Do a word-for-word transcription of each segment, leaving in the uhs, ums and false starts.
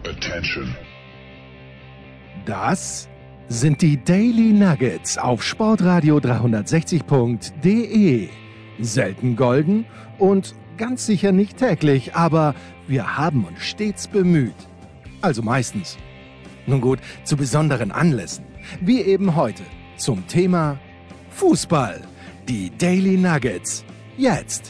Attention. Das sind die Daily Nuggets auf Sportradio dreihundertsechzig Punkt de. Selten golden und ganz sicher nicht täglich, aber wir haben uns stets bemüht. Also meistens. Nun gut, zu besonderen Anlässen, wie eben heute, zum Thema Fußball. Die Daily Nuggets. Jetzt.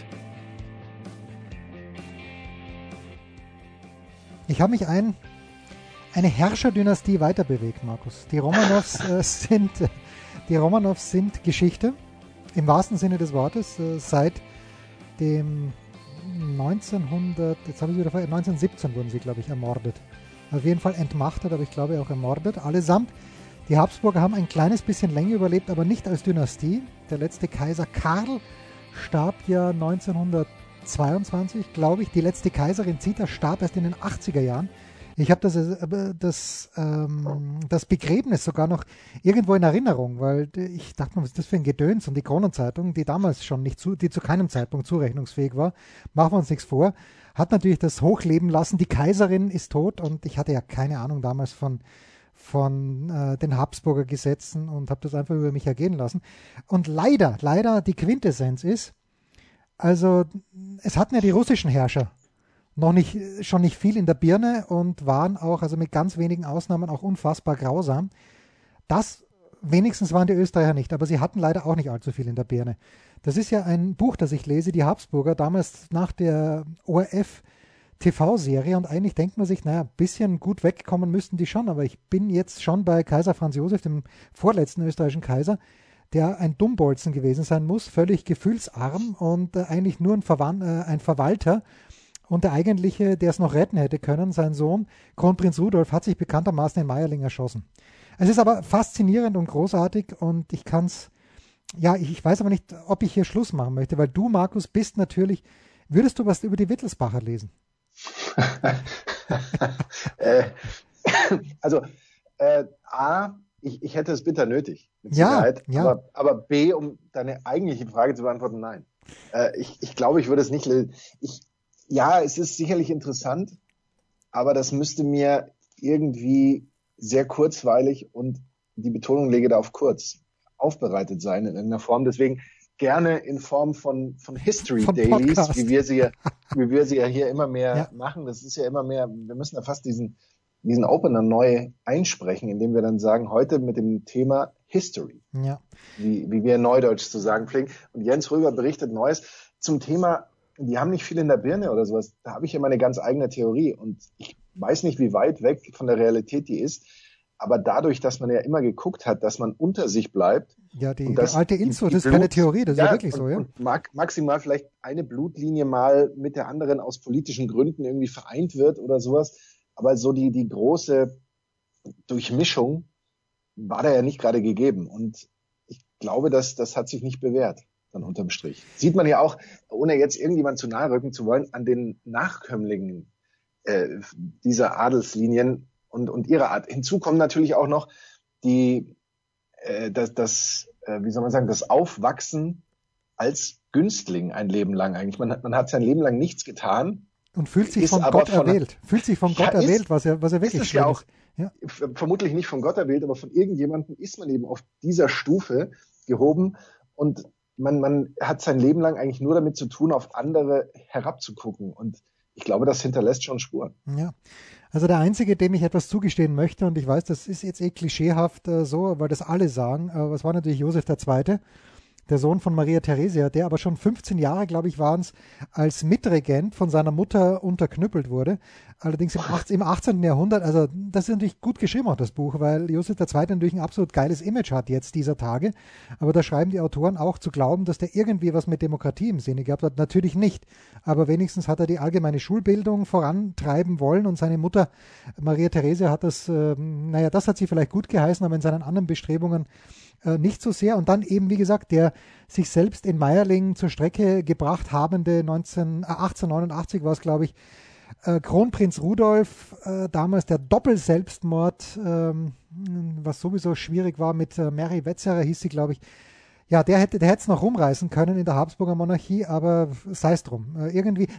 Ich habe mich ein, eine Herrscherdynastie weiterbewegt, Markus. Die Romanows äh, sind, die Romanows sind Geschichte, im wahrsten Sinne des Wortes, äh, seit dem neunzehnhundert, jetzt habe ich wieder vergessen, neunzehnhundertsiebzehn wurden sie, glaube ich, ermordet. Auf jeden Fall entmachtet, aber ich glaube auch ermordet, allesamt. Die Habsburger haben ein kleines bisschen länger überlebt, aber nicht als Dynastie. Der letzte Kaiser Karl starb ja neunzehnhundertzweiundzwanzig, glaube ich. Die letzte Kaiserin Zita starb erst in den achtziger Jahren. Ich habe das, äh, das, ähm, das Begräbnis sogar noch irgendwo in Erinnerung, weil ich dachte mir, was ist das für ein Gedöns? Und die Kronenzeitung, die damals schon nicht zu, die zu keinem Zeitpunkt zurechnungsfähig war, machen wir uns nichts vor, hat natürlich das hochleben lassen. Die Kaiserin ist tot und ich hatte ja keine Ahnung damals von von äh, den Habsburger Gesetzen und habe das einfach über mich ergehen lassen. Und leider, leider die Quintessenz ist, also es hatten ja die russischen Herrscher noch nicht, schon nicht viel in der Birne und waren auch, also mit ganz wenigen Ausnahmen, auch unfassbar grausam. Das wenigstens waren die Österreicher nicht, aber sie hatten leider auch nicht allzu viel in der Birne. Das ist ja ein Buch, das ich lese, die Habsburger, damals nach der O R F T V-Serie, und eigentlich denkt man sich, naja, ein bisschen gut wegkommen müssten die schon, aber ich bin jetzt schon bei Kaiser Franz Josef, dem vorletzten österreichischen Kaiser, der ein Dummbolzen gewesen sein muss, völlig gefühlsarm und äh, eigentlich nur ein, Verwan- äh, ein Verwalter. Und der eigentliche, der es noch retten hätte können, sein Sohn, Kronprinz Rudolf, hat sich bekanntermaßen in Meierling erschossen. Es ist aber faszinierend und großartig und ich kann es, ja, ich, ich weiß aber nicht, ob ich hier Schluss machen möchte, weil du, Markus, bist natürlich, würdest du was über die Wittelsbacher lesen? äh, also äh, A, ich, ich hätte es bitter nötig, mit ja, Sicherheit, ja. Aber, aber B, um deine eigentliche Frage zu beantworten, nein. Äh, ich, ich glaube, ich würde es nicht lesen. Ich, ja, es ist sicherlich interessant, aber das müsste mir irgendwie sehr kurzweilig, und die Betonung lege da auf kurz, aufbereitet sein in irgendeiner Form. Deswegen gerne in Form von, von History von Dailies, Podcast. wie wir sie ja, wie wir sie ja hier immer mehr ja. machen. Das ist ja immer mehr, wir müssen ja fast diesen, diesen Opener neu einsprechen, indem wir dann sagen, heute mit dem Thema History. Ja. Wie, wie wir Neudeutsch zu sagen pflegen. Und Jens Röger berichtet Neues zum Thema, die haben nicht viel in der Birne oder sowas. Da habe ich ja meine ganz eigene Theorie. Und ich weiß nicht, wie weit weg von der Realität die ist. Aber dadurch, dass man ja immer geguckt hat, dass man unter sich bleibt. Ja, die, die alte Info, das ist keine Theorie, das ist ja, ja wirklich und, so, ja. Und mag, maximal vielleicht eine Blutlinie mal mit der anderen aus politischen Gründen irgendwie vereint wird oder sowas. Aber so die, die große Durchmischung war da ja nicht gerade gegeben. Und ich glaube, dass das hat sich nicht bewährt, dann unterm Strich. Sieht man ja auch, ohne jetzt irgendjemand zu nahe rücken zu wollen, an den Nachkömmlingen äh, dieser Adelslinien, Und, und ihre Art. Hinzu kommen natürlich auch noch die, äh, das, das äh, wie soll man sagen, das Aufwachsen als Günstling ein Leben lang eigentlich. Man hat, man hat sein Leben lang nichts getan. Und fühlt sich von Gott von, erwählt. Fühlt sich von Gott ja, erwählt, ist, was er, was er wirklich ist. Ja auch, ja. Vermutlich nicht von Gott erwählt, aber von irgendjemandem ist man eben auf dieser Stufe gehoben und man, man hat sein Leben lang eigentlich nur damit zu tun, auf andere herabzugucken. Und ich glaube, das hinterlässt schon Spuren. Ja. Also der Einzige, dem ich etwas zugestehen möchte, und ich weiß, das ist jetzt eh klischeehaft äh, so, weil das alle sagen, aber es war natürlich Josef der Zweite, der Sohn von Maria Theresia, der aber schon fünfzehn Jahre, glaube ich, waren es, als Mitregent von seiner Mutter unterknüppelt wurde. Allerdings im, achtzehnten im achtzehnten Jahrhundert, also das ist natürlich gut geschrieben auch das Buch, weil Josef der Zweite natürlich ein absolut geiles Image hat jetzt dieser Tage. Aber da schreiben die Autoren auch zu glauben, dass der irgendwie was mit Demokratie im Sinne gehabt hat. Natürlich nicht. Aber wenigstens hat er die allgemeine Schulbildung vorantreiben wollen und seine Mutter Maria Theresia hat das, äh, naja, das hat sie vielleicht gut geheißen, aber in seinen anderen Bestrebungen äh, nicht so sehr. Und dann eben, wie gesagt, der sich selbst in Meierling zur Strecke gebracht habende neunzehn, äh, achtzehnhundertneunundachtzig war es, glaube ich, Äh, Kronprinz Rudolf, äh, damals der Doppelselbstmord, ähm, was sowieso schwierig war mit äh, Mary Wetzerer, hieß sie, glaube ich. Ja, der hätte der hätte es noch rumreißen können in der Habsburger Monarchie, aber sei es drum. Äh, irgendwie,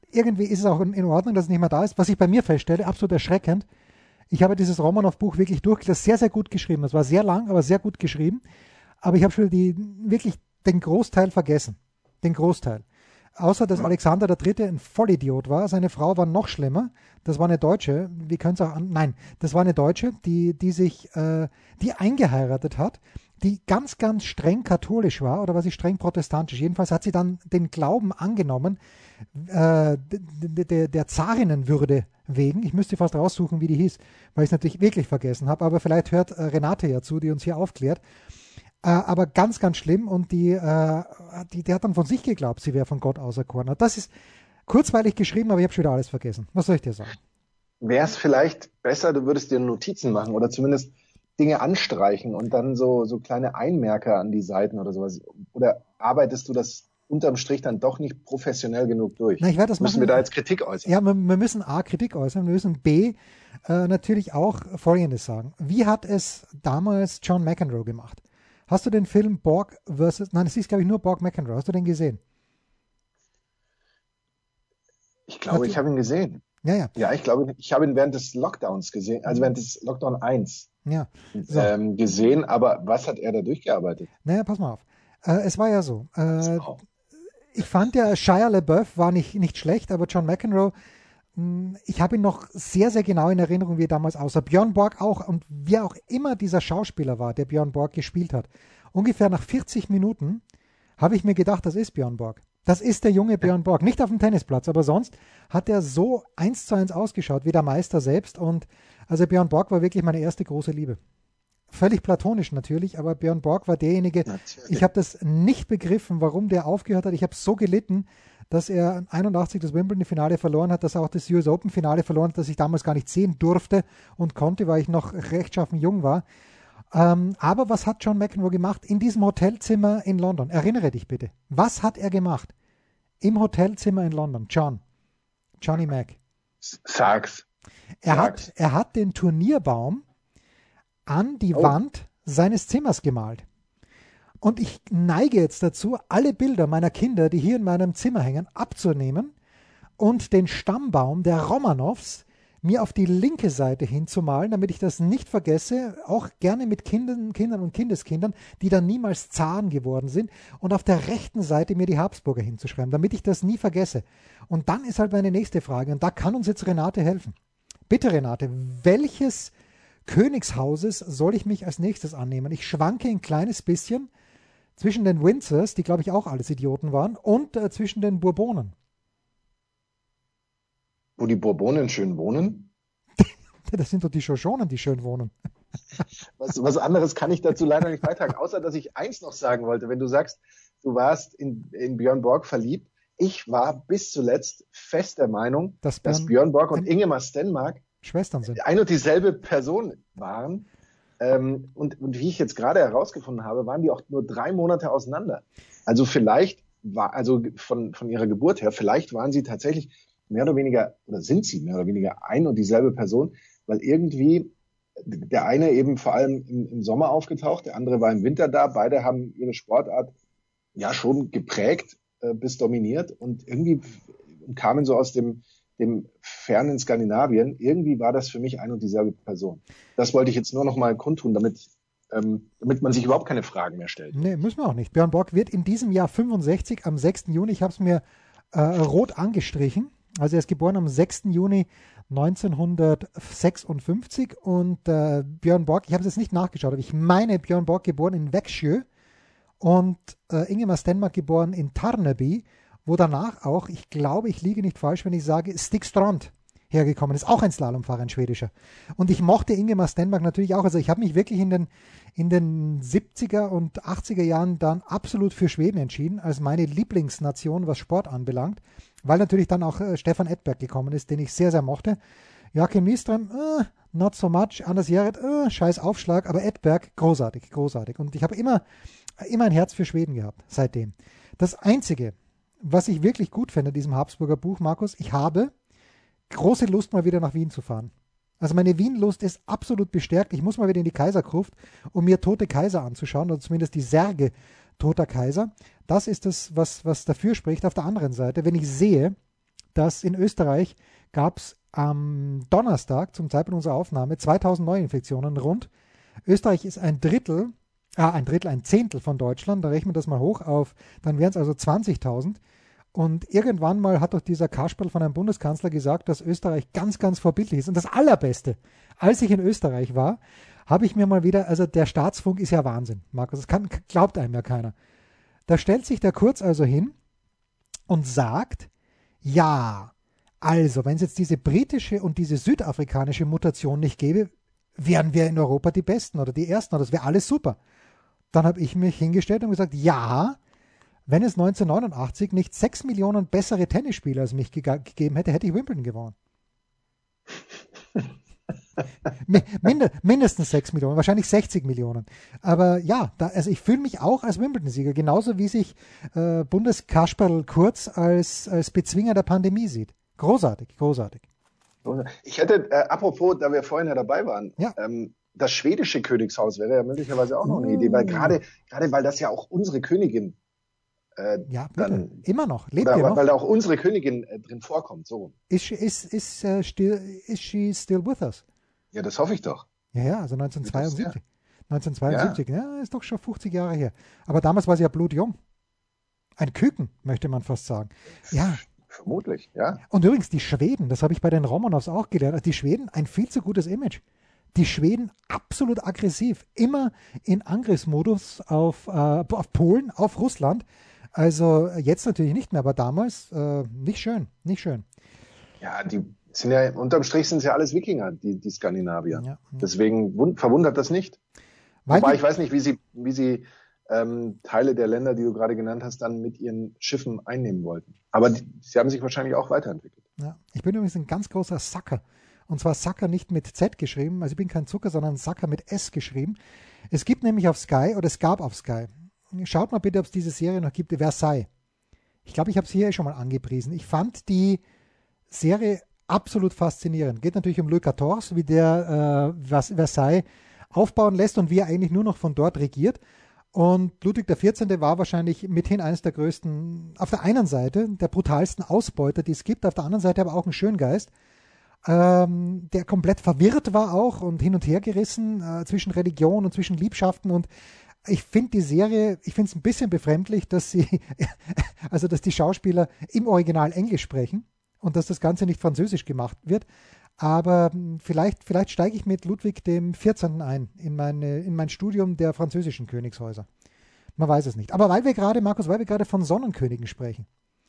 irgendwie ist es auch in, in Ordnung, dass es nicht mehr da ist. Was ich bei mir feststelle, absolut erschreckend, ich habe dieses Romanoff-Buch wirklich durchgelesen, sehr, sehr gut geschrieben. Es war sehr lang, aber sehr gut geschrieben. Aber ich habe schon die, wirklich den Großteil vergessen. Den Großteil. Außer, dass Alexander der Dritte ein Vollidiot war. Seine Frau war noch schlimmer. Das war eine Deutsche. Wie können es auch an? Nein, das war eine Deutsche, die, die sich, äh, die eingeheiratet hat, die ganz, ganz streng katholisch war, oder war sie streng protestantisch? Jedenfalls hat sie dann den Glauben angenommen, äh, der, der, der Zarinnenwürde wegen. Ich müsste fast raussuchen, wie die hieß, weil ich es natürlich wirklich vergessen habe. Aber vielleicht hört äh, Renate ja zu, die uns hier aufklärt. Äh, aber ganz, ganz schlimm. Und die, äh, die, die hat dann von sich geglaubt, sie wäre von Gott auserkoren. Das ist kurzweilig geschrieben, aber ich habe schon wieder alles vergessen. Was soll ich dir sagen? Wäre es vielleicht besser, du würdest dir Notizen machen oder zumindest Dinge anstreichen und dann so, so kleine Einmerker an die Seiten oder sowas. Oder arbeitest du das unterm Strich dann doch nicht professionell genug durch? Na, ich werde das Müssen machen. wir da jetzt Kritik äußern? Ja, wir, wir müssen A, Kritik äußern, wir müssen B, äh, natürlich auch Folgendes sagen. Wie hat es damals John McEnroe gemacht? Hast du den Film Borg versus, nein, es ist glaube ich nur Borg McEnroe, hast du den gesehen? Ich glaube, ich habe ihn gesehen. Ja, ja. Ja, ich glaube, ich habe ihn während des Lockdowns gesehen, also während des Lockdown eins ja. So. ähm, gesehen, aber was hat er da durchgearbeitet? Naja, pass mal auf. Äh, es war ja so, äh, ich fand ja, Shia LaBeouf war nicht, nicht schlecht, aber John McEnroe, mh, ich habe ihn noch sehr, sehr genau in Erinnerung, wie er damals aussah. Björn Borg auch, und wer auch immer dieser Schauspieler war, der Björn Borg gespielt hat. Ungefähr nach vierzig Minuten habe ich mir gedacht, das ist Björn Borg. Das ist der junge Björn Borg. Nicht auf dem Tennisplatz, aber sonst hat er so eins zu eins ausgeschaut, wie der Meister selbst. Und also Björn Borg war wirklich meine erste große Liebe. Völlig platonisch natürlich, aber Björn Borg war derjenige, natürlich. Ich habe das nicht begriffen, warum der aufgehört hat. Ich habe so gelitten, dass er einundachtzig das Wimbledon-Finale verloren hat, dass er auch das U S Open-Finale verloren hat, das ich damals gar nicht sehen durfte und konnte, weil ich noch rechtschaffen jung war. Ähm, aber was hat John McEnroe gemacht in diesem Hotelzimmer in London? Erinnere dich bitte. Was hat er gemacht im Hotelzimmer in London? John. Johnny Mac. Sag's. Er, Sag's. Hat, er hat den Turnierbaum an die oh. Wand seines Zimmers gemalt. Und ich neige jetzt dazu, alle Bilder meiner Kinder, die hier in meinem Zimmer hängen, abzunehmen und den Stammbaum der Romanoffs mir auf die linke Seite hinzumalen, damit ich das nicht vergesse, auch gerne mit Kindern, Kindern und Kindeskindern, die dann niemals Zaren geworden sind, und auf der rechten Seite mir die Habsburger hinzuschreiben, damit ich das nie vergesse. Und dann ist halt meine nächste Frage, und da kann uns jetzt Renate helfen. Bitte Renate, welches Königshauses soll ich mich als nächstes annehmen? Ich schwanke ein kleines bisschen zwischen den Windsors, die glaube ich auch alles Idioten waren, und äh, zwischen den Bourbonen. Wo die Bourbonen schön wohnen? Das sind doch die Chauchonen, die schön wohnen. Was, was anderes kann ich dazu leider nicht beitragen, außer dass ich eins noch sagen wollte. Wenn du sagst, du warst in, in Björn Borg verliebt, ich war bis zuletzt fest der Meinung, dass Björn, dass Björn Borg und Ingemar Stenmark Schwestern sind. Ein und dieselbe Person waren. Ähm, und, und wie ich jetzt gerade herausgefunden habe, waren die auch nur drei Monate auseinander. Also vielleicht war, also von, von ihrer Geburt her, vielleicht waren sie tatsächlich mehr oder weniger, oder sind sie mehr oder weniger ein und dieselbe Person, weil irgendwie der eine eben vor allem im, im Sommer aufgetaucht, der andere war im Winter da, beide haben ihre Sportart ja schon geprägt äh, bis dominiert und irgendwie kamen so aus dem, dem fernen Skandinavien, irgendwie war das für mich ein und dieselbe Person. Das wollte ich jetzt nur noch mal kundtun, damit, ähm, damit man sich überhaupt keine Fragen mehr stellt. Nee, müssen wir auch nicht. Björn Borg wird in diesem Jahr fünfundsechzig, am sechsten Juni, ich habe es mir äh, rot angestrichen. Also er ist geboren am sechsten Juni neunzehnhundertsechsundfünfzig und äh, Björn Borg, ich habe es jetzt nicht nachgeschaut, aber ich meine Björn Borg geboren in Växjö und äh, Ingemar Stenmark geboren in Tarneby, wo danach auch, ich glaube, ich liege nicht falsch, wenn ich sage, Stig Strand hergekommen ist, auch ein Slalomfahrer, ein schwedischer. Und ich mochte Ingemar Stenmark natürlich auch, also ich habe mich wirklich in den, in den siebziger und achtziger Jahren dann absolut für Schweden entschieden, als meine Lieblingsnation, was Sport anbelangt, weil natürlich dann auch äh, Stefan Edberg gekommen ist, den ich sehr, sehr mochte. Joachim Nieström, äh, not so much, Anders Jerret, äh, scheiß Aufschlag, aber Edberg, großartig, großartig. Und ich habe immer, immer ein Herz für Schweden gehabt, seitdem. Das Einzige, was ich wirklich gut finde in diesem Habsburger Buch, Markus, ich habe große Lust, mal wieder nach Wien zu fahren. Also meine Wien-Lust ist absolut bestärkt. Ich muss mal wieder in die Kaisergruft, um mir tote Kaiser anzuschauen, oder zumindest die Särge toter Kaiser. Das ist das, was, was dafür spricht. Auf der anderen Seite, wenn ich sehe, dass in Österreich gab es am Donnerstag zum Zeitpunkt unserer Aufnahme zweitausend Neuinfektionen rund. Österreich ist ein Drittel, ah, ein Drittel, ein Zehntel von Deutschland, da rechnen wir das mal hoch auf, dann wären es also zwanzigtausend. Und irgendwann mal hat doch dieser Kasperl von einem Bundeskanzler gesagt, dass Österreich ganz, ganz vorbildlich ist. Und das Allerbeste, als ich in Österreich war, habe ich mir mal wieder, also der Staatsfunk ist ja Wahnsinn, Markus, das kann, glaubt einem ja keiner. Da stellt sich der Kurz also hin und sagt, ja, also wenn es jetzt diese britische und diese südafrikanische Mutation nicht gäbe, wären wir in Europa die Besten oder die Ersten oder das wäre alles super. Dann habe ich mich hingestellt und gesagt, ja, wenn es neunzehnhundertneunundachtzig nicht sechs Millionen bessere Tennisspieler als mich ge- gegeben hätte, hätte ich Wimbledon gewonnen. Mind- mindestens sechs Millionen, wahrscheinlich sechzig Millionen. Aber ja, da, also ich fühle mich auch als Wimbledon-Sieger, genauso wie sich äh, Bundeskasperl Kurz als, als Bezwinger der Pandemie sieht. Großartig, großartig. Ich hätte, äh, apropos, da wir vorhin ja dabei waren, ja. ähm, das schwedische Königshaus wäre ja möglicherweise auch noch eine Idee, weil gerade, gerade weil das ja auch unsere Königin äh, ja, bitte. dann, Immer noch. Lebt oder, ihr noch? Weil da auch unsere Königin äh, drin vorkommt. So. Is she, is, is, uh, still, is she still with us? Ja, das hoffe ich doch. Ja, ja, also neunzehnhundertzweiundsiebzig. Das, ja. neunzehnhundertzweiundsiebzig, ja. ja, ist doch schon fünfzig Jahre her. Aber damals war sie ja blutjung. Ein Küken, möchte man fast sagen. Ja. Vermutlich, ja. Und übrigens, die Schweden, das habe ich bei den Romanovs auch gelernt, also die Schweden, ein viel zu gutes Image. Die Schweden absolut aggressiv, immer in Angriffsmodus auf, äh, auf Polen, auf Russland. Also jetzt natürlich nicht mehr, aber damals äh, nicht schön, nicht schön. Ja, die sind ja, unterm Strich sind es ja alles Wikinger, die, die Skandinavier. Ja, ja. Deswegen wund, verwundert das nicht. Weil Wobei ich weiß nicht, wie sie, wie sie ähm, Teile der Länder, die du gerade genannt hast, dann mit ihren Schiffen einnehmen wollten. Aber die, sie haben sich wahrscheinlich auch weiterentwickelt. Ja, ich bin übrigens ein ganz großer Sacker. Und zwar Sacker nicht mit Z geschrieben, also ich bin kein Zucker, sondern Sacker mit S geschrieben. Es gibt nämlich auf Sky, oder es gab auf Sky, schaut mal bitte, ob es diese Serie noch gibt, Versailles. Ich glaube, ich habe es hier schon mal angepriesen. Ich fand die Serie absolut faszinierend. Geht natürlich um Louis der vierzehnte., wie der äh, Versailles aufbauen lässt und wie er eigentlich nur noch von dort regiert. Und Ludwig der vierzehnte. war wahrscheinlich mithin eines der größten, auf der einen Seite der brutalsten Ausbeuter, die es gibt, auf der anderen Seite aber auch ein Schöngeist, ähm, der komplett verwirrt war auch und hin und her gerissen äh, zwischen Religion und zwischen Liebschaften. Und ich finde die Serie, ich finde es ein bisschen befremdlich, dass sie, also dass die Schauspieler im Original Englisch sprechen und dass das Ganze nicht französisch gemacht wird. Aber vielleicht, vielleicht steige ich mit Ludwig dem vierzehnten ein in, meine, in mein Studium der französischen Königshäuser. Man weiß es nicht. Aber weil wir gerade, Markus, weil wir gerade von Sonnenkönigen sprechen.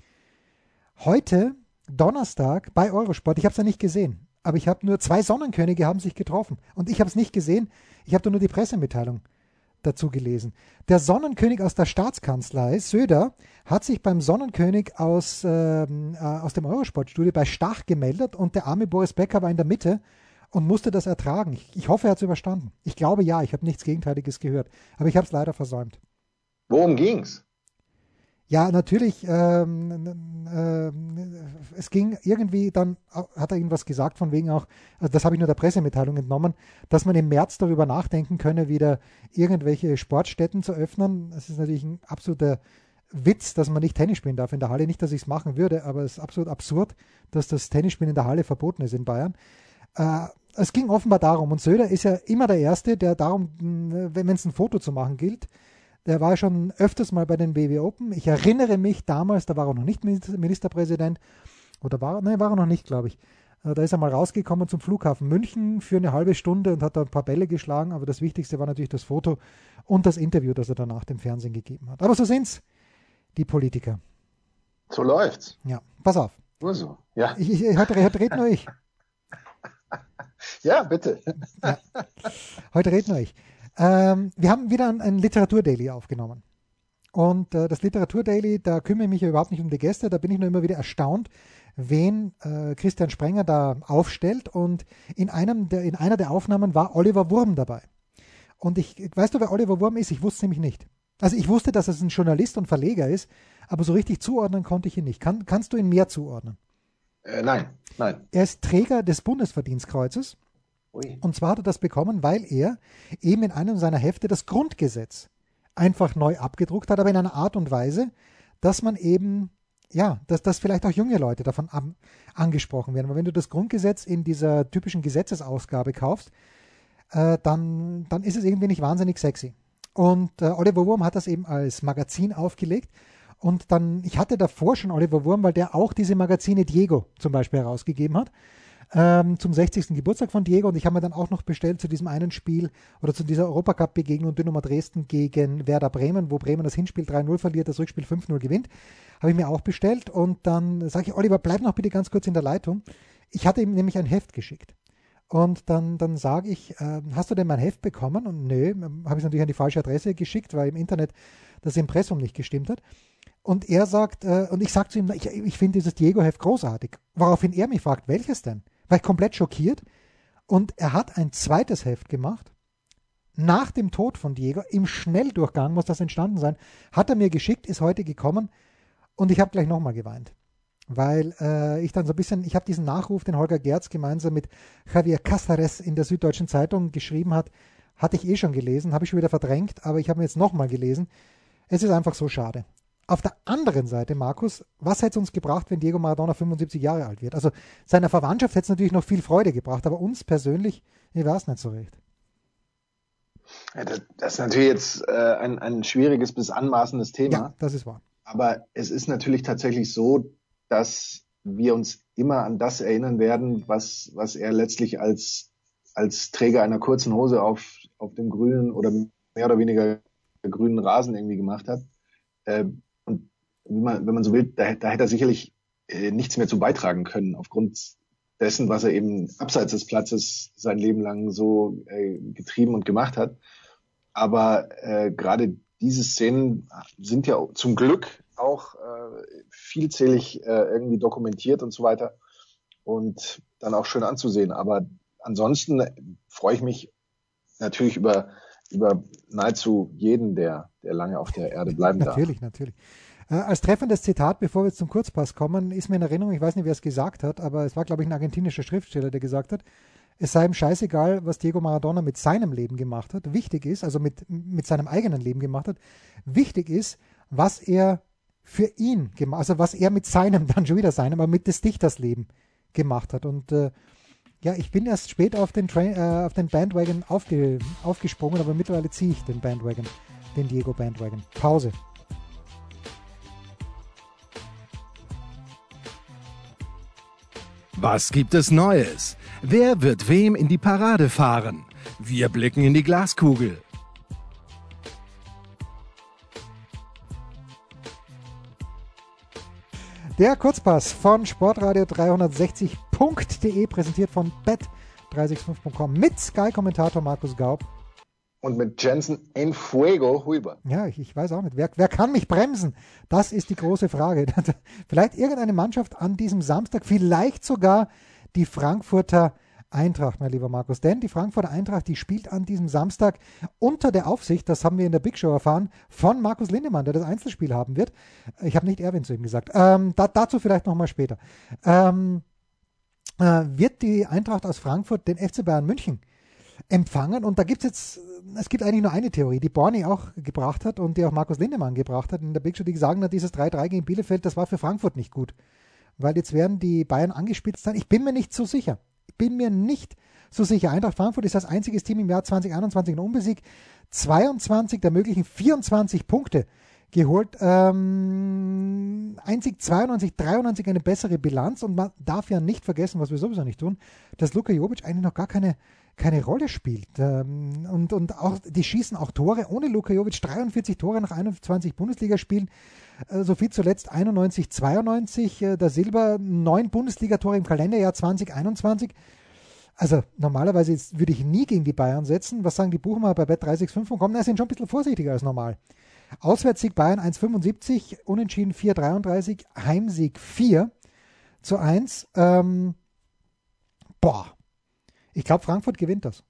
Heute, Donnerstag, bei Eurosport, ich habe es ja nicht gesehen, aber ich habe nur, zwei Sonnenkönige haben sich getroffen. Und ich habe es nicht gesehen, ich habe da nur die Pressemitteilung dazu gelesen. Der Sonnenkönig aus der Staatskanzlei, Söder, hat sich beim Sonnenkönig aus, äh, aus dem Eurosport-Studio bei Stach gemeldet und der arme Boris Becker war in der Mitte und musste das ertragen. Ich, ich hoffe, er hat es überstanden. Ich glaube ja, ich habe nichts Gegenteiliges gehört, aber ich habe es leider versäumt. Worum ging's? Ja, natürlich, ähm, äh, es ging irgendwie, dann hat er irgendwas gesagt, von wegen auch, also das habe ich nur der Pressemitteilung entnommen, dass man im März darüber nachdenken könne, wieder irgendwelche Sportstätten zu öffnen. Das ist natürlich ein absoluter Witz, dass man nicht Tennis spielen darf in der Halle. Nicht, dass ich es machen würde, aber es ist absolut absurd, dass das Tennisspielen in der Halle verboten ist in Bayern. Äh, es ging offenbar darum, und Söder ist ja immer der Erste, der darum, wenn es ein Foto zu machen gilt, der war schon öfters mal bei den B W Open. Ich erinnere mich damals, da war er noch nicht Ministerpräsident. Oder war, nein, war er noch nicht, glaube ich. Da ist er mal rausgekommen zum Flughafen München für eine halbe Stunde und hat da ein paar Bälle geschlagen. Aber das Wichtigste war natürlich das Foto und das Interview, das er danach dem Fernsehen gegeben hat. Aber so sind's, die Politiker. So läuft's. Ja, pass auf. Nur so, ja. Ich, ich, heute, heute red nur ich. Ja, bitte. Ja. Heute red nur ich. Ähm, wir haben wieder ein, ein Literatur-Daily aufgenommen. Und äh, das Literatur-Daily, da kümmere ich mich ja überhaupt nicht um die Gäste, da bin ich nur immer wieder erstaunt, wen äh, Christian Sprenger da aufstellt. Und in, einem der, in einer der Aufnahmen war Oliver Wurm dabei. Und ich, weißt du, wer Oliver Wurm ist? Ich wusste es nämlich nicht. Also ich wusste, dass es ein Journalist und Verleger ist, aber so richtig zuordnen konnte ich ihn nicht. Kann, kannst du ihn mehr zuordnen? Äh, nein, nein. Er ist Träger des Bundesverdienstkreuzes. Ui. Und zwar hat er das bekommen, weil er eben in einem seiner Hefte das Grundgesetz einfach neu abgedruckt hat, aber in einer Art und Weise, dass man eben ja, dass, dass vielleicht auch junge Leute davon an, angesprochen werden. Aber wenn du das Grundgesetz in dieser typischen Gesetzesausgabe kaufst, äh, dann, dann ist es irgendwie nicht wahnsinnig sexy. Und äh, Oliver Wurm hat das eben als Magazin aufgelegt. Und dann, ich hatte davor schon Oliver Wurm, weil der auch diese Magazine Diego zum Beispiel herausgegeben hat, ähm, zum sechzigsten Geburtstag von Diego. Und ich habe mir dann auch noch bestellt zu diesem einen Spiel oder zu dieser Europacup-Begegnung Dynamo Dresden gegen Werder Bremen, wo Bremen das Hinspiel drei null verliert, das Rückspiel fünf null gewinnt. Habe ich mir auch bestellt. Und dann sage ich, Oliver, bleib noch bitte ganz kurz in der Leitung. Ich hatte ihm nämlich ein Heft geschickt. Und dann, dann sage ich, äh, hast du denn mein Heft bekommen? Und nö, habe ich natürlich an die falsche Adresse geschickt, weil im Internet das Impressum nicht gestimmt hat. Und er sagt, äh, und ich sage zu ihm, ich, ich finde dieses Diego-Heft großartig. Woraufhin er mich fragt, welches denn? War ich komplett schockiert. Und er hat ein zweites Heft gemacht. Nach dem Tod von Diego, im Schnelldurchgang muss das entstanden sein, hat er mir geschickt, ist heute gekommen. Und ich habe gleich nochmal geweint. Weil äh, ich dann so ein bisschen, ich habe diesen Nachruf, den Holger Gerz gemeinsam mit Javier Cáceres in der Süddeutschen Zeitung geschrieben hat, hatte ich eh schon gelesen, habe ich schon wieder verdrängt, aber ich habe mir jetzt nochmal gelesen. Es ist einfach so schade. Auf der anderen Seite, Markus, was hätte es uns gebracht, wenn Diego Maradona fünfundsiebzig Jahre alt wird? Also seiner Verwandtschaft hätte es natürlich noch viel Freude gebracht, aber uns persönlich, ich weiß nicht so recht. Ja, das, das ist natürlich jetzt äh, ein, ein schwieriges bis anmaßendes Thema. Ja, das ist wahr. Aber es ist natürlich tatsächlich so, dass wir uns immer an das erinnern werden, was, was er letztlich als, als Träger einer kurzen Hose auf, auf dem grünen oder mehr oder weniger grünen Rasen irgendwie gemacht hat. Äh, und wie man, wenn man so will, da, da hätte er sicherlich äh, nichts mehr zu beitragen können, aufgrund dessen, was er eben abseits des Platzes sein Leben lang so äh, getrieben und gemacht hat. Aber äh, gerade diese Szenen sind ja zum Glück auch äh, vielzählig äh, irgendwie dokumentiert und so weiter und dann auch schön anzusehen. Aber ansonsten freue ich mich natürlich über, über nahezu jeden, der, der lange auf der Erde bleiben darf. Natürlich, natürlich. Äh, als treffendes Zitat, bevor wir jetzt zum Kurzpass kommen, ist mir in Erinnerung, ich weiß nicht, wer es gesagt hat, aber es war, glaube ich, ein argentinischer Schriftsteller, der gesagt hat, es sei ihm scheißegal, was Diego Maradona mit seinem Leben gemacht hat. Wichtig ist, also mit, mit seinem eigenen Leben gemacht hat, wichtig ist, was er für ihn gemacht, also was er mit seinem, dann schon wieder seinem, aber mit des Dichters Leben gemacht hat. Und äh, ja, ich bin erst spät auf den, Tra- äh, auf den Bandwagon aufge, aufgesprungen, aber mittlerweile ziehe ich den Bandwagon, den Diego Bandwagon. Pause. Was gibt es Neues? Wer wird wem in die Parade fahren? Wir blicken in die Glaskugel. Der Kurzpass von sportradio dreihundertsechzig punkt de, präsentiert von bet drei sechs fünf punkt com mit Sky-Kommentator Markus Gaub. Und mit Jensen en Fuego Huber. Ja, ich, ich weiß auch nicht. Wer, wer kann mich bremsen? Das ist die große Frage. Vielleicht irgendeine Mannschaft an diesem Samstag, vielleicht sogar die Frankfurter Eintracht, mein lieber Markus. Denn die Frankfurter Eintracht, die spielt an diesem Samstag unter der Aufsicht, das haben wir in der Big Show erfahren, von Markus Lindemann, der das Einzelspiel haben wird. Ich habe nicht Erwin zu ihm gesagt. Ähm, da, dazu vielleicht nochmal später. Ähm, äh, wird die Eintracht aus Frankfurt den F C Bayern München empfangen? Und da gibt es jetzt, es gibt eigentlich nur eine Theorie, die Borny auch gebracht hat und die auch Markus Lindemann gebracht hat in der Big Show, die sagen hat, dieses drei drei gegen Bielefeld, das war für Frankfurt nicht gut. Weil jetzt werden die Bayern angespitzt sein. Ich bin mir nicht so sicher. Ich bin mir nicht so sicher. Eintracht Frankfurt ist das einziges Team im Jahr zwanzig einundzwanzig in unbesiegt. zweiundzwanzig der möglichen vierundzwanzig Punkte geholt. Ähm, einzig zweiundneunzig, dreiundneunzig eine bessere Bilanz. Und man darf ja nicht vergessen, was wir sowieso nicht tun, dass Luka Jovic eigentlich noch gar keine, keine Rolle spielt. Ähm, und, und auch, die schießen auch Tore ohne Luka Jovic. dreiundvierzig Tore nach einundzwanzig Bundesligaspielen. Äh, so viel zuletzt einundneunzig, zweiundneunzig. Äh, der Silber, neun Bundesligatore im Kalenderjahr zwanzig einundzwanzig. Also normalerweise jetzt würde ich nie gegen die Bayern setzen. Was sagen die Buchmacher bei bet drei sechs fünf Punkt com? Die sind schon ein bisschen vorsichtiger als normal. Auswärtssieg Bayern eins fünfundsiebzig, Unentschieden vier dreiunddreißig, Heimsieg vier zu eins. Ähm, boah, ich glaube, Frankfurt gewinnt das.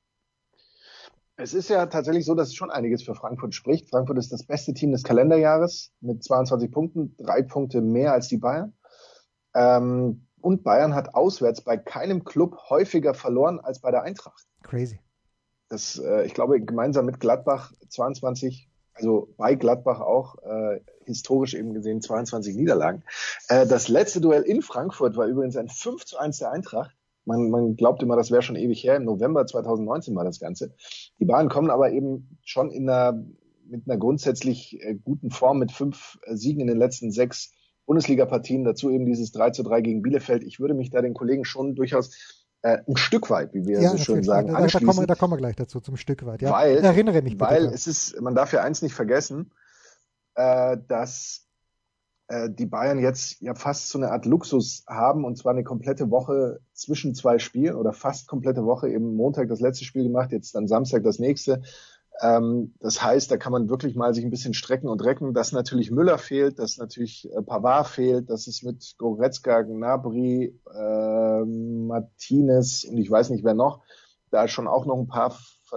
Es ist ja tatsächlich so, dass es schon einiges für Frankfurt spricht. Frankfurt ist das beste Team des Kalenderjahres mit zweiundzwanzig Punkten, drei Punkte mehr als die Bayern. Ähm, und Bayern hat auswärts bei keinem Club häufiger verloren als bei der Eintracht. Crazy. Das, äh, ich glaube, gemeinsam mit Gladbach zweiundzwanzig also bei Gladbach auch, äh, historisch eben gesehen zweiundzwanzig Niederlagen. Äh, das letzte Duell in Frankfurt war übrigens ein fünf zu eins der Eintracht. Man, man glaubt immer, das wäre schon ewig her. Im November zweitausendneunzehn war das Ganze. Die Bayern kommen aber eben schon in einer, mit einer grundsätzlich äh, guten Form mit fünf äh, Siegen in den letzten sechs Bundesliga-Partien. Dazu eben dieses drei zu drei gegen Bielefeld. Ich würde mich da den Kollegen schon durchaus äh, ein Stück weit, wie wir ja, so schön sagen, da, anschließen. Da kommen, wir, da kommen wir gleich dazu, zum Stück weit. Ja. Weil, Erinnere mich bitte. Weil dran. es ist, man darf ja eins nicht vergessen, äh, dass äh, die Bayern jetzt ja fast so eine Art Luxus haben, und zwar eine komplette Woche zwischen zwei Spielen oder fast komplette Woche, eben Montag das letzte Spiel gemacht, jetzt dann Samstag das nächste. Ähm, das heißt, da kann man wirklich mal sich ein bisschen strecken und recken, dass natürlich Müller fehlt, dass natürlich äh, Pavard fehlt, dass es mit Goretzka, Gnabry, äh, Martinez und ich weiß nicht wer noch, da schon auch noch ein paar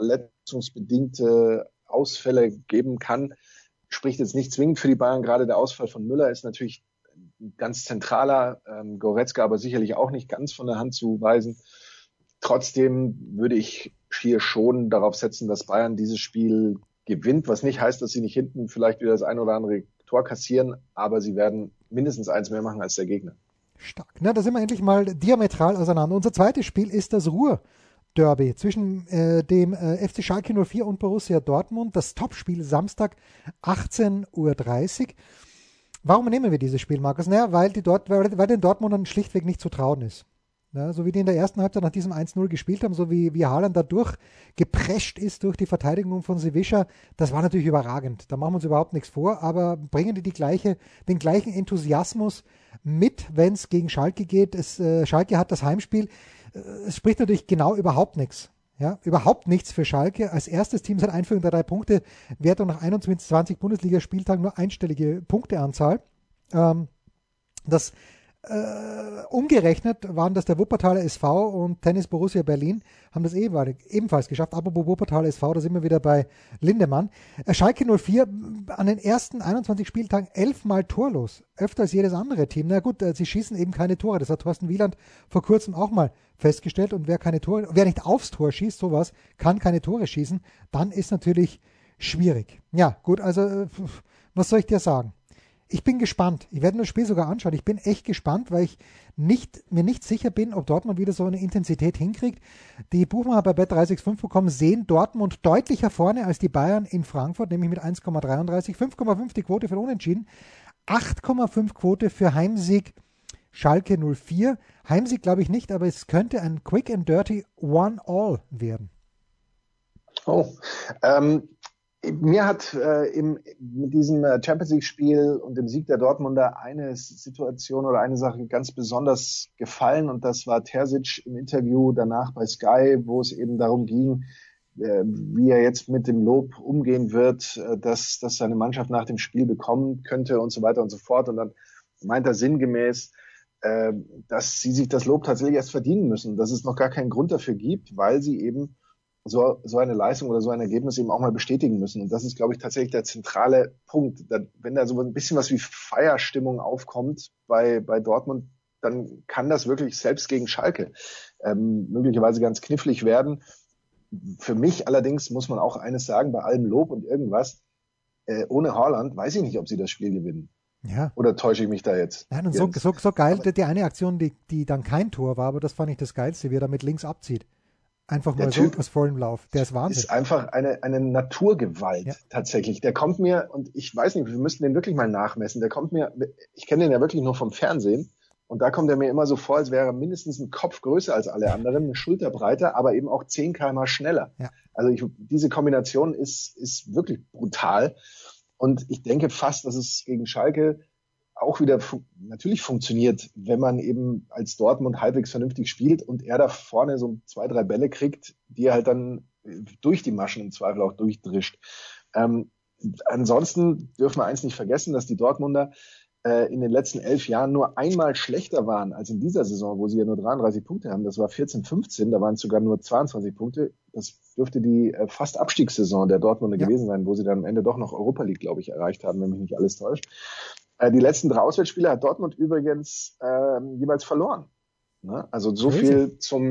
verletzungsbedingte Ausfälle geben kann. Spricht jetzt nicht zwingend für die Bayern. Gerade der Ausfall von Müller ist natürlich ein ganz zentraler, ähm, Goretzka aber sicherlich auch nicht ganz von der Hand zu weisen. Trotzdem würde ich hier schon darauf setzen, dass Bayern dieses Spiel gewinnt, was nicht heißt, dass sie nicht hinten vielleicht wieder das ein oder andere Tor kassieren, aber sie werden mindestens eins mehr machen als der Gegner. Stark. Na, da sind wir endlich mal diametral auseinander. Unser zweites Spiel ist das Ruhr-Derby zwischen äh, dem äh, F C Schalke null vier und Borussia Dortmund. Das Topspiel Samstag achtzehn Uhr dreißig. Warum nehmen wir dieses Spiel, Markus? Naja, weil, die Dort, weil, weil den Dortmundern schlichtweg nicht zu trauen ist. Ja, so wie die in der ersten Halbzeit nach diesem eins null gespielt haben, so wie, wie Haaland da durchgeprescht ist durch die Verteidigung von Sevischa, das war natürlich überragend. Da machen wir uns überhaupt nichts vor, aber bringen die, die gleiche, den gleichen Enthusiasmus mit, wenn es gegen Schalke geht. Es, äh, Schalke hat das Heimspiel. Äh, es spricht natürlich genau überhaupt nichts. Ja, überhaupt nichts für Schalke. Als erstes Team seit Einführung der drei Punkte, Wertung nach einundzwanzig Bundesligaspieltagen nur einstellige Punkteanzahl. Ähm, das Äh, umgerechnet waren das der Wuppertaler S V und Tennis Borussia Berlin, haben das ebenfalls geschafft. Apropos Wuppertaler S V, da sind wir wieder bei Lindemann. Äh, Schalke null vier an den ersten einundzwanzig Spieltagen elfmal torlos, öfter als jedes andere Team. Na gut, äh, sie schießen eben keine Tore, das hat Thorsten Wieland vor kurzem auch mal festgestellt, und wer keine Tore, wer nicht aufs Tor schießt, sowas, kann keine Tore schießen, dann ist natürlich schwierig. Ja, gut, also äh, was soll ich dir sagen? Ich bin gespannt. Ich werde mir das Spiel sogar anschauen. Ich bin echt gespannt, weil ich nicht, mir nicht sicher bin, ob Dortmund wieder so eine Intensität hinkriegt. Die Buchmacher bei Bet drei sechs fünf bekommen sehen Dortmund deutlicher vorne als die Bayern in Frankfurt, nämlich mit eins Komma dreiunddreißig, fünf Komma fünf die Quote für Unentschieden, acht Komma fünf Quote für Heimsieg Schalke null vier. Heimsieg glaube ich nicht, aber es könnte ein Quick and Dirty One-All werden. Oh, ähm, mir hat äh, im, mit diesem Champions League-Spiel und dem Sieg der Dortmunder eine Situation oder eine Sache ganz besonders gefallen, und das war Terzic im Interview danach bei Sky, wo es eben darum ging, äh, wie er jetzt mit dem Lob umgehen wird, äh, dass, dass seine Mannschaft nach dem Spiel bekommen könnte und so weiter und so fort. Und dann meint er sinngemäß, äh, dass sie sich das Lob tatsächlich erst verdienen müssen, dass es noch gar keinen Grund dafür gibt, weil sie eben so, so eine Leistung oder so ein Ergebnis eben auch mal bestätigen müssen. Und das ist, glaube ich, tatsächlich der zentrale Punkt. Da, wenn da so ein bisschen was wie Feierstimmung aufkommt bei, bei Dortmund, dann kann das wirklich selbst gegen Schalke ähm, möglicherweise ganz knifflig werden. Für mich allerdings muss man auch eines sagen, bei allem Lob und irgendwas, äh, ohne Haaland weiß ich nicht, ob sie das Spiel gewinnen. Ja. Oder täusche ich mich da jetzt? Nein, und so, so, so geil, aber die eine Aktion, die, die dann kein Tor war, aber das fand ich das Geilste, wie er damit links abzieht. Einfach mal so aus vollem Lauf. Der ist Wahnsinn. Ist einfach eine, eine Naturgewalt, ja. Tatsächlich. Der kommt mir, und ich weiß nicht, wir müssten den wirklich mal nachmessen, der kommt mir, ich kenne den ja wirklich nur vom Fernsehen, und da kommt er mir immer so vor, als wäre er mindestens ein Kopf größer als alle anderen, eine Schulter breiter, aber eben auch zehn Kilometer pro Stunde schneller. Ja. Also ich, diese Kombination ist, ist wirklich brutal, und ich denke fast, dass es gegen Schalke auch wieder fu- natürlich funktioniert, wenn man eben als Dortmund halbwegs vernünftig spielt und er da vorne so zwei, drei Bälle kriegt, die er halt dann durch die Maschen im Zweifel auch durchdrischt. Ähm, ansonsten dürfen wir eins nicht vergessen, dass die Dortmunder äh, in den letzten elf Jahren nur einmal schlechter waren als in dieser Saison, wo sie ja nur dreiunddreißig Punkte haben. Das war vierzehn fünfzehn, da waren es sogar nur zweiundzwanzig Punkte. Das dürfte die äh, fast Abstiegssaison der Dortmunder ja. gewesen sein, wo sie dann am Ende doch noch Europa League, glaube ich, erreicht haben, wenn mich nicht alles täuscht. Die letzten drei Auswärtsspiele hat Dortmund übrigens ähm, jeweils verloren. Ne? Also so Crazy. viel zum,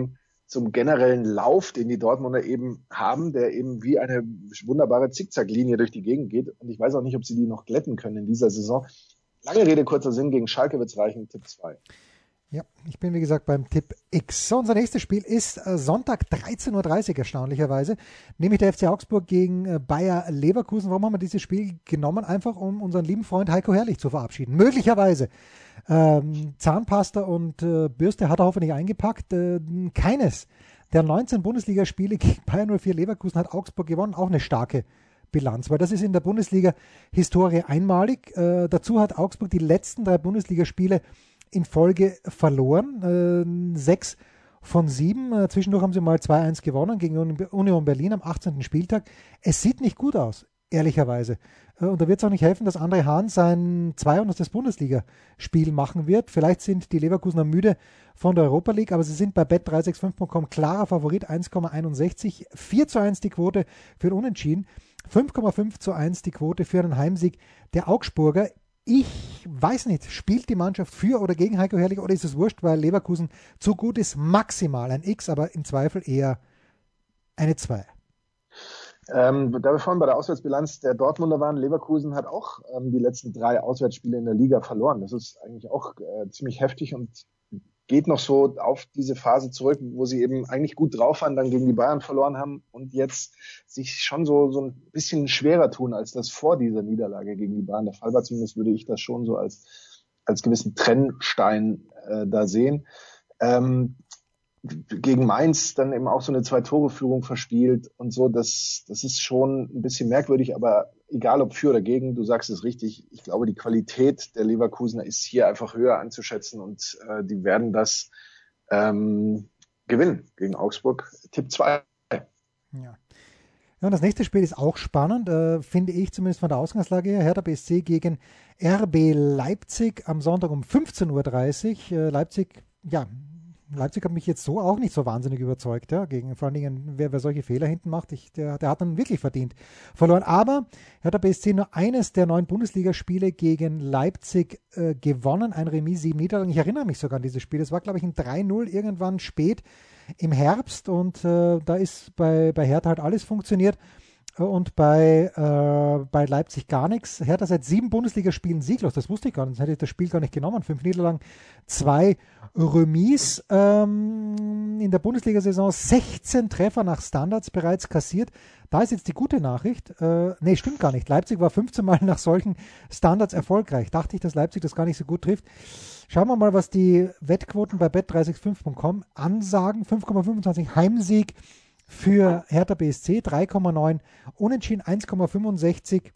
zum generellen Lauf, den die Dortmunder eben haben, der eben wie eine wunderbare Zickzacklinie durch die Gegend geht. Und ich weiß auch nicht, ob sie die noch glätten können in dieser Saison. Lange Rede, kurzer Sinn, gegen Schalke wird's reichen, Tipp zwei. Ja, ich bin wie gesagt beim Tipp X. So, unser nächstes Spiel ist äh, Sonntag dreizehn Uhr dreißig erstaunlicherweise, nämlich der F C Augsburg gegen äh, Bayer Leverkusen. Warum haben wir dieses Spiel genommen? Einfach um unseren lieben Freund Heiko Herrlich zu verabschieden. Möglicherweise. Ähm, Zahnpasta und äh, Bürste hat er hoffentlich eingepackt. Äh, keines der neunzehn Bundesligaspiele gegen Bayer null vier Leverkusen hat Augsburg gewonnen. Auch eine starke Bilanz, weil das ist in der Bundesliga-Historie einmalig. Äh, dazu hat Augsburg die letzten drei Bundesligaspiele in Folge verloren. Äh, sechs von sieben. Äh, zwischendurch haben sie mal zwei eins gewonnen gegen Union Berlin am achtzehnten Spieltag. Es sieht nicht gut aus, ehrlicherweise. Äh, und da wird es auch nicht helfen, dass André Hahn sein zweihundertstes Bundesligaspiel machen wird. Vielleicht sind die Leverkusener müde von der Europa League, aber sie sind bei bet drei sechs fünf punkt com klarer Favorit, eins Komma einundsechzig. vier zu eins die Quote für den Unentschieden. fünf Komma fünf zu eins die Quote für einen Heimsieg der Augsburger. Ich weiß nicht, spielt die Mannschaft für oder gegen Heiko Herrlich oder ist es wurscht, weil Leverkusen zu gut ist, maximal ein X, aber im Zweifel eher eine zwei. Ähm, da wir vorhin bei der Auswärtsbilanz der Dortmunder waren, Leverkusen hat auch ähm, die letzten drei Auswärtsspiele in der Liga verloren. Das ist eigentlich auch äh, ziemlich heftig und geht noch so auf diese Phase zurück, wo sie eben eigentlich gut drauf waren, dann gegen die Bayern verloren haben und jetzt sich schon so, so ein bisschen schwerer tun, als das vor dieser Niederlage gegen die Bayern der Fall war. Zumindest würde ich das schon so als, als gewissen Trennstein äh, da sehen. Ähm, gegen Mainz dann eben auch so eine Zwei-Tore-Führung verspielt und so, das, das ist schon ein bisschen merkwürdig, aber egal ob für oder gegen, du sagst es richtig, ich glaube, die Qualität der Leverkusener ist hier einfach höher anzuschätzen und äh, die werden das ähm, gewinnen gegen Augsburg. Tipp zwei. Ja. Ja, und das nächste Spiel ist auch spannend, äh, finde ich zumindest von der Ausgangslage her. Hertha B S C gegen R B Leipzig am Sonntag um fünfzehn Uhr dreißig. Äh, Leipzig, ja, Leipzig hat mich jetzt so auch nicht so wahnsinnig überzeugt, ja, gegen vor allen Dingen, wer, wer solche Fehler hinten macht, ich, der, der hat dann wirklich verdient verloren. Aber hat der B S C nur eines der neun Bundesligaspiele gegen Leipzig äh, gewonnen, ein Remis, sieben Niederlagen. Ich erinnere mich sogar an dieses Spiel. Das war, glaube ich, ein drei null irgendwann spät im Herbst und äh, da ist bei, bei Hertha halt alles funktioniert. Und bei, äh, bei Leipzig gar nichts. Hertha seit sieben Bundesligaspielen sieglos, das wusste ich gar nicht, das hätte ich das Spiel gar nicht genommen. Fünf Niederlagen, zwei Remis. Ähm, in der Bundesliga-Saison sechzehn Treffer nach Standards bereits kassiert. Da ist jetzt die gute Nachricht. Äh, nee, stimmt gar nicht. Leipzig war fünfzehn Mal nach solchen Standards erfolgreich. Dachte ich, dass Leipzig das gar nicht so gut trifft. Schauen wir mal, was die Wettquoten bei bet drei sechs fünf punkt com ansagen. fünf Komma fünfundzwanzig Heimsieg für Hertha B S C, drei Komma neun Unentschieden, eins Komma fünfundsechzig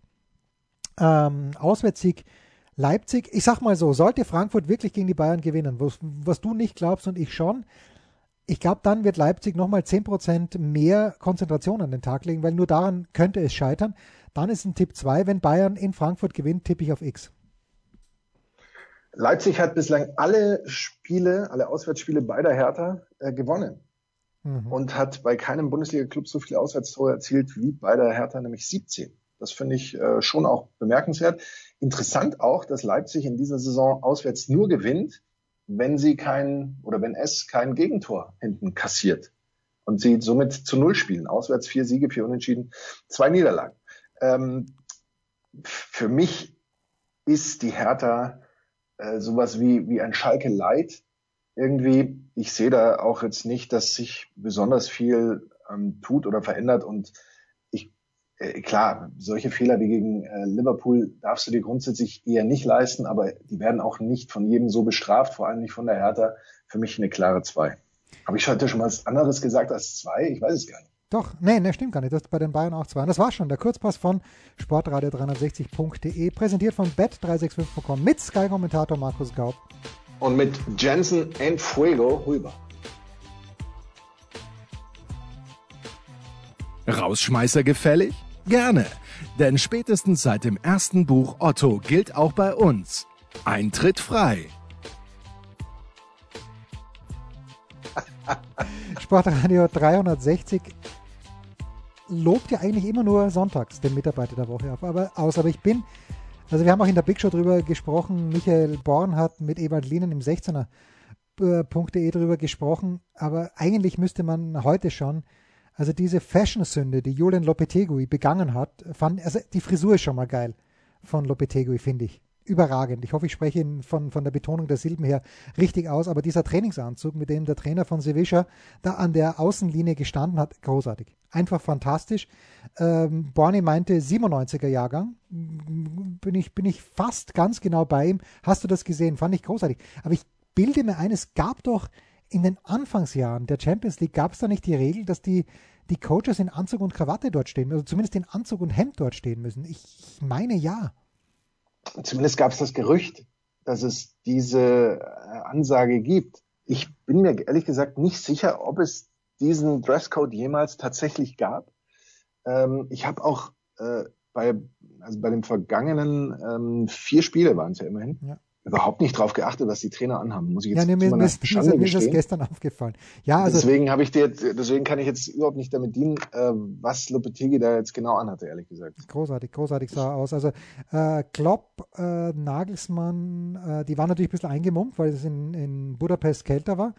ähm, Auswärtssieg Leipzig. Ich sag mal so, sollte Frankfurt wirklich gegen die Bayern gewinnen, was, was du nicht glaubst und ich schon, ich glaube, dann wird Leipzig nochmal zehn Prozent mehr Konzentration an den Tag legen, weil nur daran könnte es scheitern. Dann ist ein Tipp zwei, wenn Bayern in Frankfurt gewinnt, tippe ich auf X. Leipzig hat bislang alle Spiele, alle Auswärtsspiele bei der Hertha äh, gewonnen. Und hat bei keinem Bundesliga-Club so viele Auswärtstore erzielt wie bei der Hertha, nämlich siebzehn. Das finde ich äh, schon auch bemerkenswert. Interessant auch, dass Leipzig in dieser Saison auswärts nur gewinnt, wenn sie kein oder wenn es kein Gegentor hinten kassiert und sie somit zu Null spielen. Auswärts vier Siege, vier Unentschieden, zwei Niederlagen. Ähm, für mich ist die Hertha äh, sowas wie wie ein Schalke Light. Irgendwie, ich sehe da auch jetzt nicht, dass sich besonders viel ähm, tut oder verändert und ich, äh, klar, solche Fehler wie gegen äh, Liverpool darfst du dir grundsätzlich eher nicht leisten, aber die werden auch nicht von jedem so bestraft, vor allem nicht von der Hertha. Für mich eine klare zwei. Habe ich heute schon mal was anderes gesagt als zwei? Ich weiß es gar nicht. Doch, nee, nee, stimmt gar nicht. Das ist bei den Bayern auch zwei. Und das war schon der Kurzpass von sportradio dreihundertsechzig punkt de, präsentiert von bet drei sechs fünf punkt com mit Sky-Kommentator Markus Gaub. Und mit Jensen en Fuego rüber. Rausschmeißer gefällig? Gerne, denn spätestens seit dem ersten Buch Otto gilt auch bei uns: Eintritt frei. Sportradio dreihundertsechzig lobt ja eigentlich immer nur sonntags den Mitarbeiter der Woche auf, aber aus. Aber ich bin, also wir haben auch in der Big Show drüber gesprochen, Michael Born hat mit Ewald Lienen im sechzehner punkt de drüber gesprochen, aber eigentlich müsste man heute schon, also diese Fashion-Sünde, die Julian Lopetegui begangen hat, fand, also die Frisur ist schon mal geil von Lopetegui, finde ich. Überragend. Ich hoffe, ich spreche ihn von, von der Betonung der Silben her richtig aus, aber dieser Trainingsanzug, mit dem der Trainer von Sevilla da an der Außenlinie gestanden hat, großartig. Einfach fantastisch. Ähm, Borny meinte siebenundneunziger Jahrgang. Bin ich, bin ich fast ganz genau bei ihm. Hast du das gesehen? Fand ich großartig. Aber ich bilde mir ein, es gab doch in den Anfangsjahren der Champions League, gab es da nicht die Regel, dass die, die Coaches in Anzug und Krawatte dort stehen, also zumindest in Anzug und Hemd dort stehen müssen? Ich, ich meine ja. Zumindest gab es das Gerücht, dass es diese Ansage gibt. Ich bin mir ehrlich gesagt nicht sicher, ob es diesen Dresscode jemals tatsächlich gab. Ähm, ich habe auch äh, bei, also bei den vergangenen ähm, vier Spiele waren es ja immerhin, ja. überhaupt nicht drauf geachtet, was die Trainer anhaben. Muss ich jetzt ja, nee, mir, mir, ist, mir ist das gestern aufgefallen. Ja, also deswegen habe ich dir, deswegen kann ich jetzt überhaupt nicht damit dienen, äh, was Lopetegui da jetzt genau anhatte, ehrlich gesagt. Großartig, großartig sah aus. Also äh, Klopp, äh, Nagelsmann, äh, die waren natürlich ein bisschen eingemummt, weil es in, in Budapest kälter war.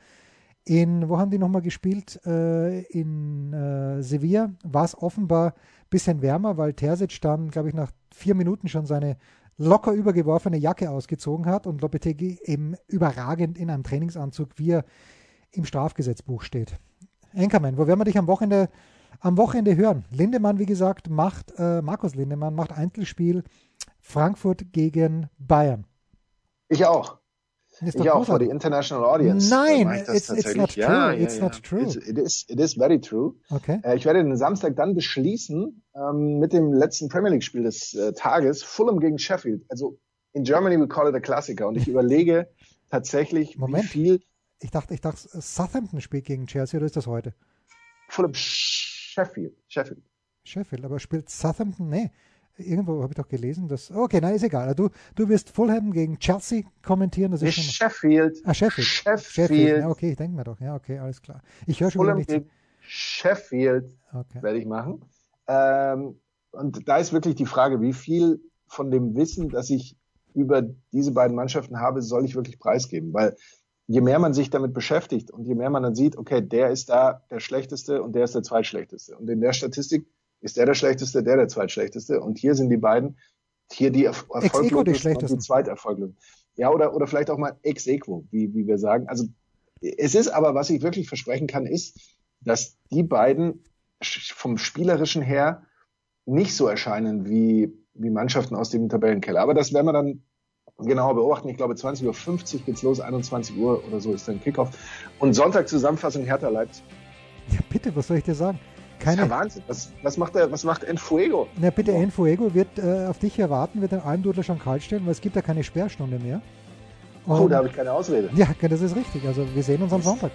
In, wo haben die nochmal gespielt? Äh, in äh, Sevilla war es offenbar ein bisschen wärmer, weil Terzic dann, glaube ich, nach vier Minuten schon seine locker übergeworfene Jacke ausgezogen hat und Lopetegui eben überragend in einem Trainingsanzug, wie er im Strafgesetzbuch steht. Anchorman, wo werden wir dich am Wochenende, am Wochenende hören? Lindemann, wie gesagt, macht, äh, Markus Lindemann macht Einzelspiel Frankfurt gegen Bayern. Ich auch. Ich auch, for the international audience. Nein, it's, it's not true. Ja, it's ja, not ja. true. It's, it, is, it is very true. Okay. Äh, ich werde den Samstag dann beschließen ähm, mit dem letzten Premier League Spiel des äh, Tages, Fulham gegen Sheffield. Also in Germany we call it a Klassiker. Und ich überlege tatsächlich, Moment. wie viel... Ich dachte, ich dachte, Southampton spielt gegen Chelsea, oder ist das heute? Fulham Sheffield. Sheffield. Sheffield, aber spielt Southampton? Nee. Irgendwo habe ich doch gelesen, dass. Okay, na ist egal. Du, du wirst Fulham gegen Chelsea kommentieren. Das ist schon Sheffield. Ah, Sheffield. Sheffield. Sheffield. Ja, okay, ich denke mir doch. Ja, okay, alles klar. Ich höre schon wieder nichts. Gegen Sheffield okay. werde ich machen. Ähm, und da ist wirklich die Frage, wie viel von dem Wissen, das ich über diese beiden Mannschaften habe, soll ich wirklich preisgeben? Weil je mehr man sich damit beschäftigt und je mehr man dann sieht, okay, der ist da der Schlechteste und der ist der Zweitschlechteste. Und in der Statistik ist der der Schlechteste, der der Zweitschlechteste. Und hier sind die beiden, hier die Erf- Erfolglosen und die Zweiterfolglosen. Ja, oder, oder vielleicht auch mal ex aequo, wie, wie wir sagen. Also es ist aber, was ich wirklich versprechen kann, ist, dass die beiden vom Spielerischen her nicht so erscheinen wie, wie Mannschaften aus dem Tabellenkeller. Aber das werden wir dann genauer beobachten. Ich glaube, zwanzig Uhr fünfzig geht's los, einundzwanzig Uhr oder so ist dann Kickoff. Und Sonntag Zusammenfassung Hertha Leipzig. Ja, bitte, was soll ich dir sagen? Keine... Das ist ja Wahnsinn. Was, was macht der, was macht Enfuego? Na bitte, oh. Enfuego wird äh, auf dich erwarten, wird den Almdudler schon kalt stellen, weil es gibt ja keine Sperrstunde mehr. Und, oh, da habe ich keine Ausrede. Ja, das ist richtig. Also wir sehen uns am Sonntag.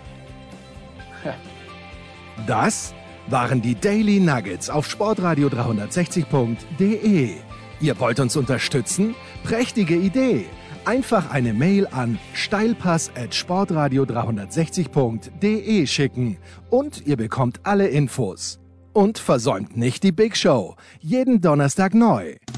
Ja. Das waren die Daily Nuggets auf sportradio dreihundertsechzig punkt de. Ihr wollt uns unterstützen? Prächtige Idee! Einfach eine Mail an steilpass at sportradio dreihundertsechzig punkt de schicken und ihr bekommt alle Infos. Und versäumt nicht die Big Show. Jeden Donnerstag neu.